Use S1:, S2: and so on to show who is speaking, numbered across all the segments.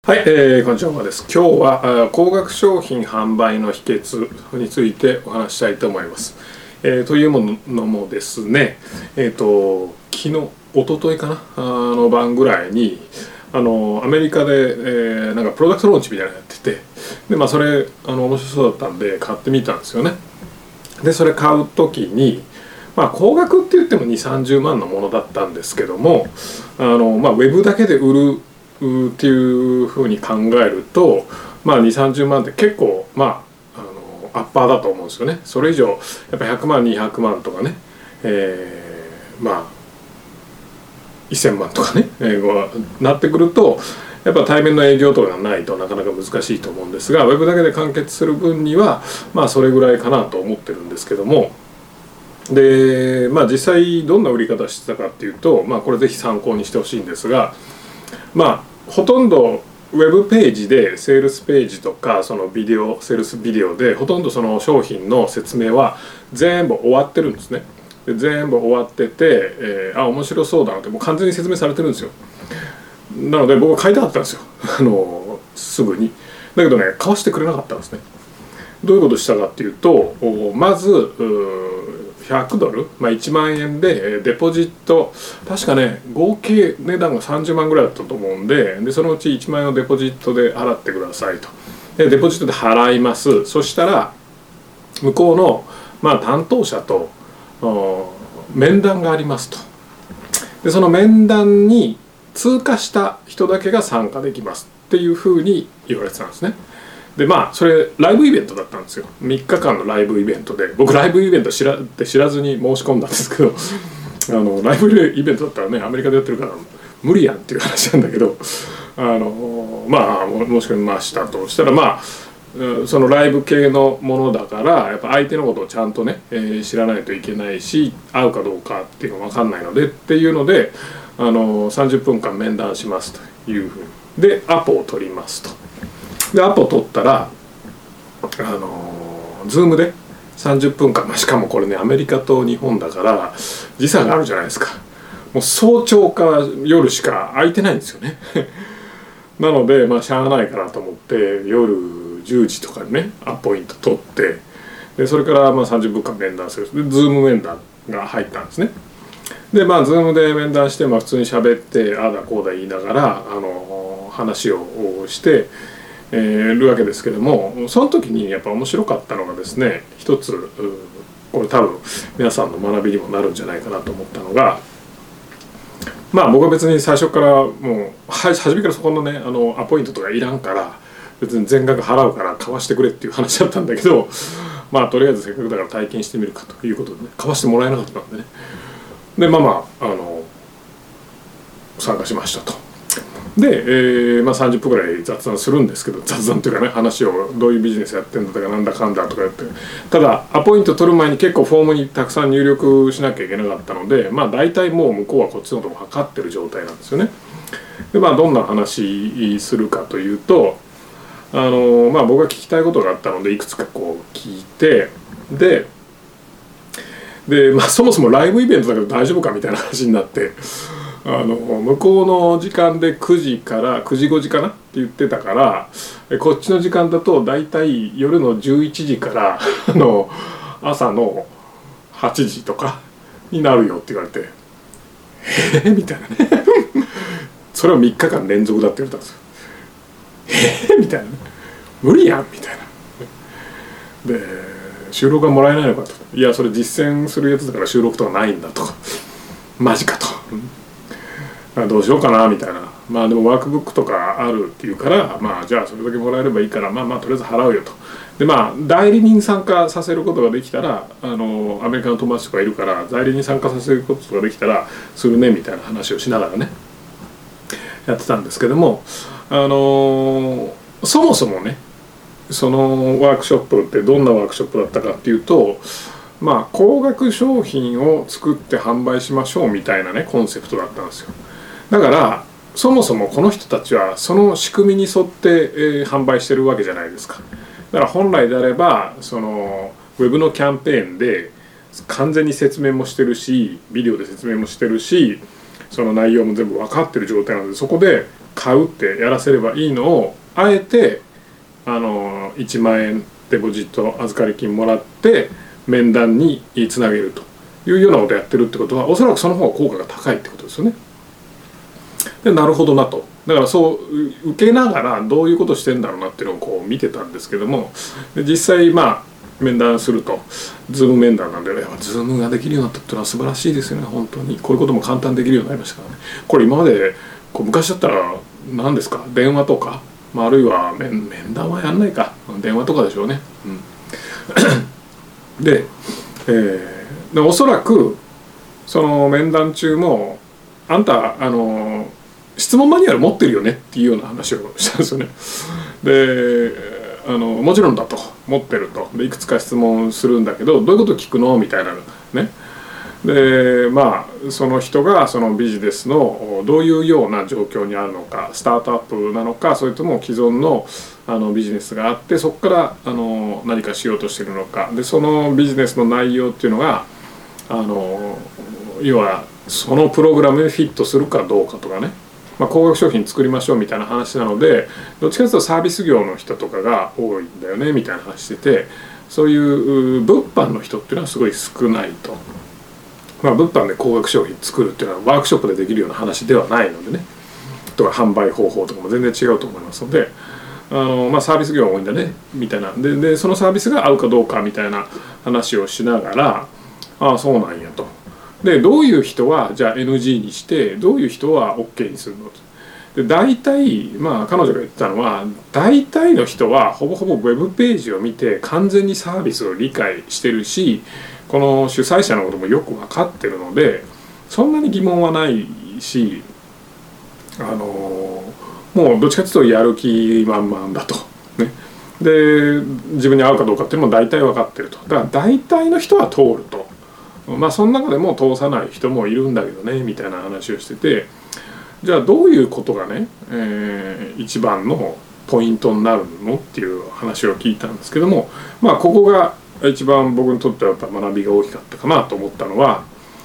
S1: はい、こんにちはです。今日は高額商品販売の秘訣についてお話したいと思います。というのもですね、昨日、一昨日かなの晩ぐらいにアメリカで、なんかプロダクトローンチみたいなのやってて、でそれ面白そうだったんで買ってみたんですよね。でそれ買う時に高額って言っても2、30万のものだったんですけども、ウェブだけで売るっていうふうに考えると、2、30万って結構アッパーだと思うんですよね。それ以上やっぱ100万200万とかね、1000万とかね、なってくるとやっぱ対面の営業とかがないとなかなか難しいと思うんですが、ウェブだけで完結する分にはそれぐらいかなと思ってるんですけども、で実際どんな売り方してたかっていうと、これぜひ参考にしてほしいんですが、ほとんどウェブページでセールスページとかそのセールスビデオでほとんどその商品の説明は全部終わってるんですね。で全部終わってて、面白そうだなってもう完全に説明されてるんですよ。なので僕は買いたかったんですよすぐに。だけどね買わしてくれなかったんですね。どういうことしたかっていうと、まず100ドル、1万円でデポジット、確かね合計値段が30万ぐらいだったと思うんで、そのうち1万円をデポジットで払ってくださいと。でデポジットで払います。そしたら向こうの、担当者と面談がありますと。でその面談に通過した人だけが参加できますっていうふうに言われてたんですね。でそれライブイベントだったんですよ。3日間のライブイベントで、僕ライブイベント知らずに申し込んだんですけどライブイベントだったらねアメリカでやってるから無理やんっていう話なんだけど、申し込みましたとしたらそのライブ系のものだからやっぱ相手のことをちゃんとね、知らないといけないし、会うかどうかっていうのが分かんないのでっていうので30分間面談しますというふうにでアポを取りますと。でアポ取ったらZoom で30分間、しかもこれねアメリカと日本だから時差があるじゃないですか。もう早朝か夜しか空いてないんですよねなのでしゃあないかなと思って夜10時とかにねアポイント取って、でそれから30分間面談する。で Zoom 面談が入ったんですね。でZoom で面談して普通に喋ってああだこうだ言いながら話をしてるわけですけども、その時にやっぱ面白かったのがですね、一つこれ多分皆さんの学びにもなるんじゃないかなと思ったのが、僕は別に最初からもう初めからそこのねアポイントとかいらんから別に全額払うから買わしてくれっていう話だったんだけど、とりあえずせっかくだから体験してみるかということでね買わしてもらえなかったんでね、で参加しましたと。で、30分ぐらい雑談するんですけど、雑談というかね話をどういうビジネスやってんだとかなんだかんだとかやって、ただアポイント取る前に結構フォームにたくさん入力しなきゃいけなかったので大体もう向こうはこっちのことも測ってる状態なんですよね。でどんな話するかというと僕が聞きたいことがあったのでいくつかこう聞いて、でそもそもライブイベントだけど大丈夫かみたいな話になって、向こうの時間で9時から9時5時かなって言ってたから、こっちの時間だとだいたい夜の11時から朝の8時とかになるよって言われてみたいなねそれを3日間連続だって言われたんですよ。みたいなね、無理やんみたいな。で収録がもらえないのかと。いやそれ実践するやつだから収録とかないんだとか、マジかと。どうしようかなみたいな。でもワークブックとかあるっていうからじゃあそれだけもらえればいいからとりあえず払うよと。で代理人参加させることができたらアメリカの友達とかいるから代理人参加させることができたらするねみたいな話をしながらねやってたんですけども、そもそもねそのワークショップってどんなワークショップだったかっていうと、高額商品を作って販売しましょうみたいなねコンセプトだったんですよ。だからそもそもこの人たちはその仕組みに沿って、販売してるわけじゃないですか。だから本来であればそのウェブのキャンペーンで完全に説明もしてるしビデオで説明もしてるしその内容も全部分かってる状態なので、そこで買うってやらせればいいのをあえて1万円デポジット預かり金もらって面談につなげるというようなことをやってるってことは、おそらくその方が効果が高いってことですよね。でなるほどなと。だからそう受けながらどういうことしてんだろうなっていうのをこう見てたんですけども、で実際面談すると、ズーム面談なんでね、ズームができるようになったっていうのは素晴らしいですよね。本当にこういうことも簡単にできるようになりましたからね。これ今まで昔だったら何ですか、電話とか、あるいは面談はやんないか、電話とかでしょうね。で、おそらくその面談中もあんた質問マニュアル持ってるよねっていうような話をしたんですよね。でもちろんだと、持ってると。でいくつか質問するんだけど、どういうこと聞くのみたいなね。でその人がそのビジネスのどういうような状況にあるのか、スタートアップなのか、それとも既存のビジネスがあって、そこから何かしようとしているのか、でそのビジネスの内容っていうのが要はそのプログラムにフィットするかどうかとかね、高額商品作りましょうみたいな話なので、どっちかというとサービス業の人とかが多いんだよねみたいな話してて、そういう物販の人っていうのはすごい少ないと。物販で高額商品作るっていうのはワークショップでできるような話ではないのでね、とか販売方法とかも全然違うと思いますので、サービス業が多いんだねみたいな。でそのサービスが合うかどうかみたいな話をしながら、ああそうなんやと。でどういう人はじゃあ NG にして、どういう人は OK にするのと。で大体彼女が言ってたのは、大体の人はほぼほぼウェブページを見て完全にサービスを理解してるし、この主催者のこともよく分かってるので、そんなに疑問はないし、もうどっちかというとやる気満々だと。ね、で自分に合うかどうかっていうのも大体分かってると。だから大体の人は通ると。その中でも通さない人もいるんだけどねみたいな話をしてて、じゃあどういうことがね、一番のポイントになるのっていう話を聞いたんですけども、ここが一番僕にとってはやっぱ学びが大きかったかなと思ったのは、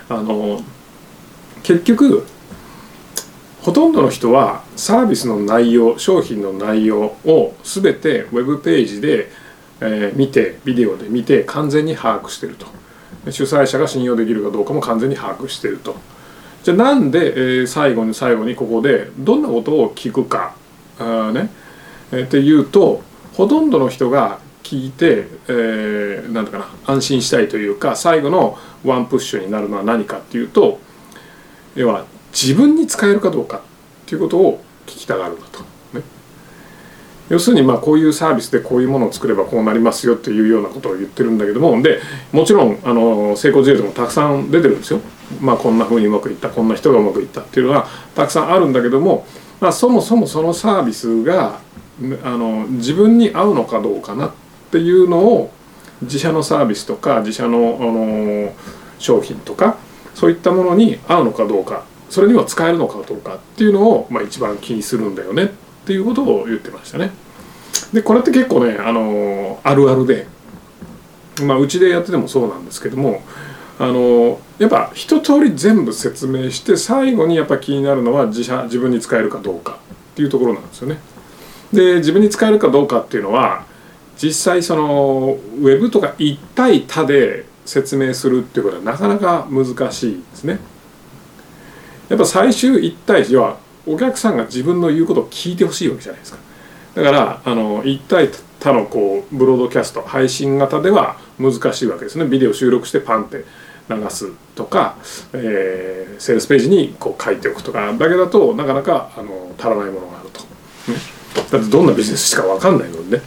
S1: 結局ほとんどの人はサービスの内容、商品の内容を全てウェブページで、見て、ビデオで見て完全に把握していると。主催者が信用できるかどうかも完全に把握していると。じゃあなんで、最後にここでどんなことを聞くかっていうと、ほとんどの人が聞いて、なんだかな、安心したいというか、最後のワンプッシュになるのは何かっていうと、要は自分に使えるかどうかっていうことを聞きたがるんだと。要するにこういうサービスでこういうものを作ればこうなりますよっていうようなことを言ってるんだけども、でもちろん成功事例でもたくさん出てるんですよ。こんな風にうまくいった、こんな人がうまくいったっていうのがたくさんあるんだけども、そもそもそのサービスが自分に合うのかどうかなっていうのを、自社のサービスとか自社の商品とかそういったものに合うのかどうか、それには使えるのかどうかっていうのを一番気にするんだよねっていうことを言ってましたね。でこれって結構ねあるあるで、うちでやっててもそうなんですけども、やっぱ一通り全部説明して、最後にやっぱ気になるのは自分に使えるかどうかっていうところなんですよね。で自分に使えるかどうかっていうのは、実際そのウェブとか1対他で説明するっていうことはなかなか難しいですね。やっぱ最終1対1はお客さんが自分の言うことを聞いてほしいわけじゃないですか。だから1対他のブロードキャスト、配信型では難しいわけですね。ビデオ収録してパンって流すとか、セールスページに書いておくとかだけだとなかなか足らないものがあると、だってどんなビジネスしか分かんないのでね。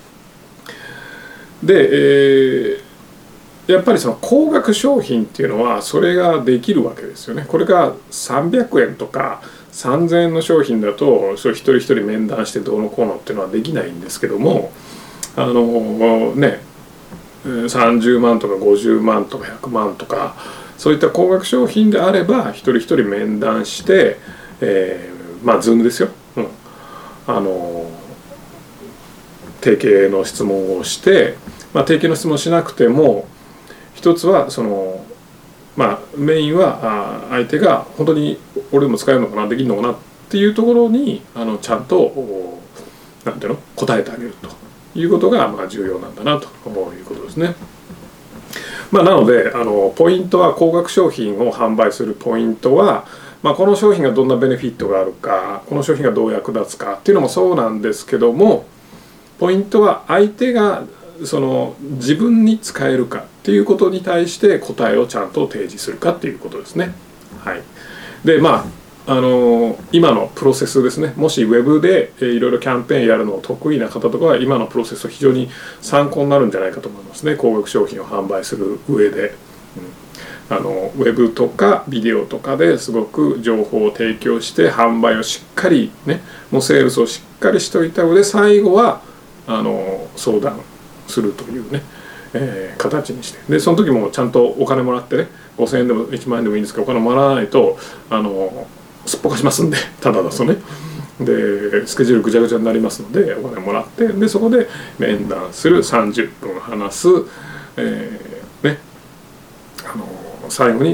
S1: で、やっぱりその高額商品っていうのはそれができるわけですよね。これが300円とか3000円の商品だと、それ一人一人面談してどうのこうのっていうのはできないんですけども、30万とか50万とか100万とかそういった高額商品であれば、一人一人面談して、Zoom ですよ、提携の質問をして、提携の質問しなくても、一つはメインは相手が本当に俺でも使えるのかな、できるのかなっっていうところにちゃんとなんていうの答えてあげるということが重要なんだなということですね。なのでポイントは高額商品を販売するポイントは、この商品がどんなベネフィットがあるか、この商品がどう役立つかっていうのもそうなんですけども、ポイントは相手が自分に使えるかっていうことに対して答えをちゃんと提示するかっていうことですね。はい、で今のプロセスですね。もしウェブでいろいろキャンペーンやるのを得意な方とかは今のプロセスは非常に参考になるんじゃないかと思いますね。高額商品を販売する上で、ウェブとかビデオとかですごく情報を提供して販売をしっかりね、もうセールスをしっかりしておいた上で最後は相談するというね、形にして、でその時もちゃんとお金もらってね、5000円でも1万円でもいいんですけど、お金もらわないとすっぽかしますんで、ただだとね。でスケジュールぐちゃぐちゃになりますので、お金もらって、でそこで面談する、30分話す、最後に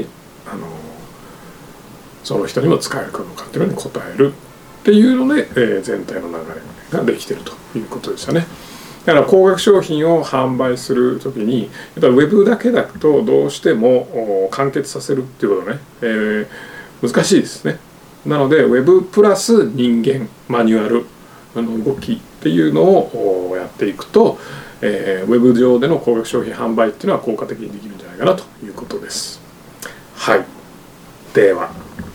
S1: その人にも使えるかどうかっていうのに答えるっていうので、全体の流れができているということでしたね。だから高額商品を販売するときにやっぱりウェブだけだとどうしても完結させるっていうことね、難しいですね。なのでウェブプラス人間マニュアル動きっていうのをやっていくと、ウェブ上での高額商品販売っていうのは効果的にできるんじゃないかなということです。はい、では。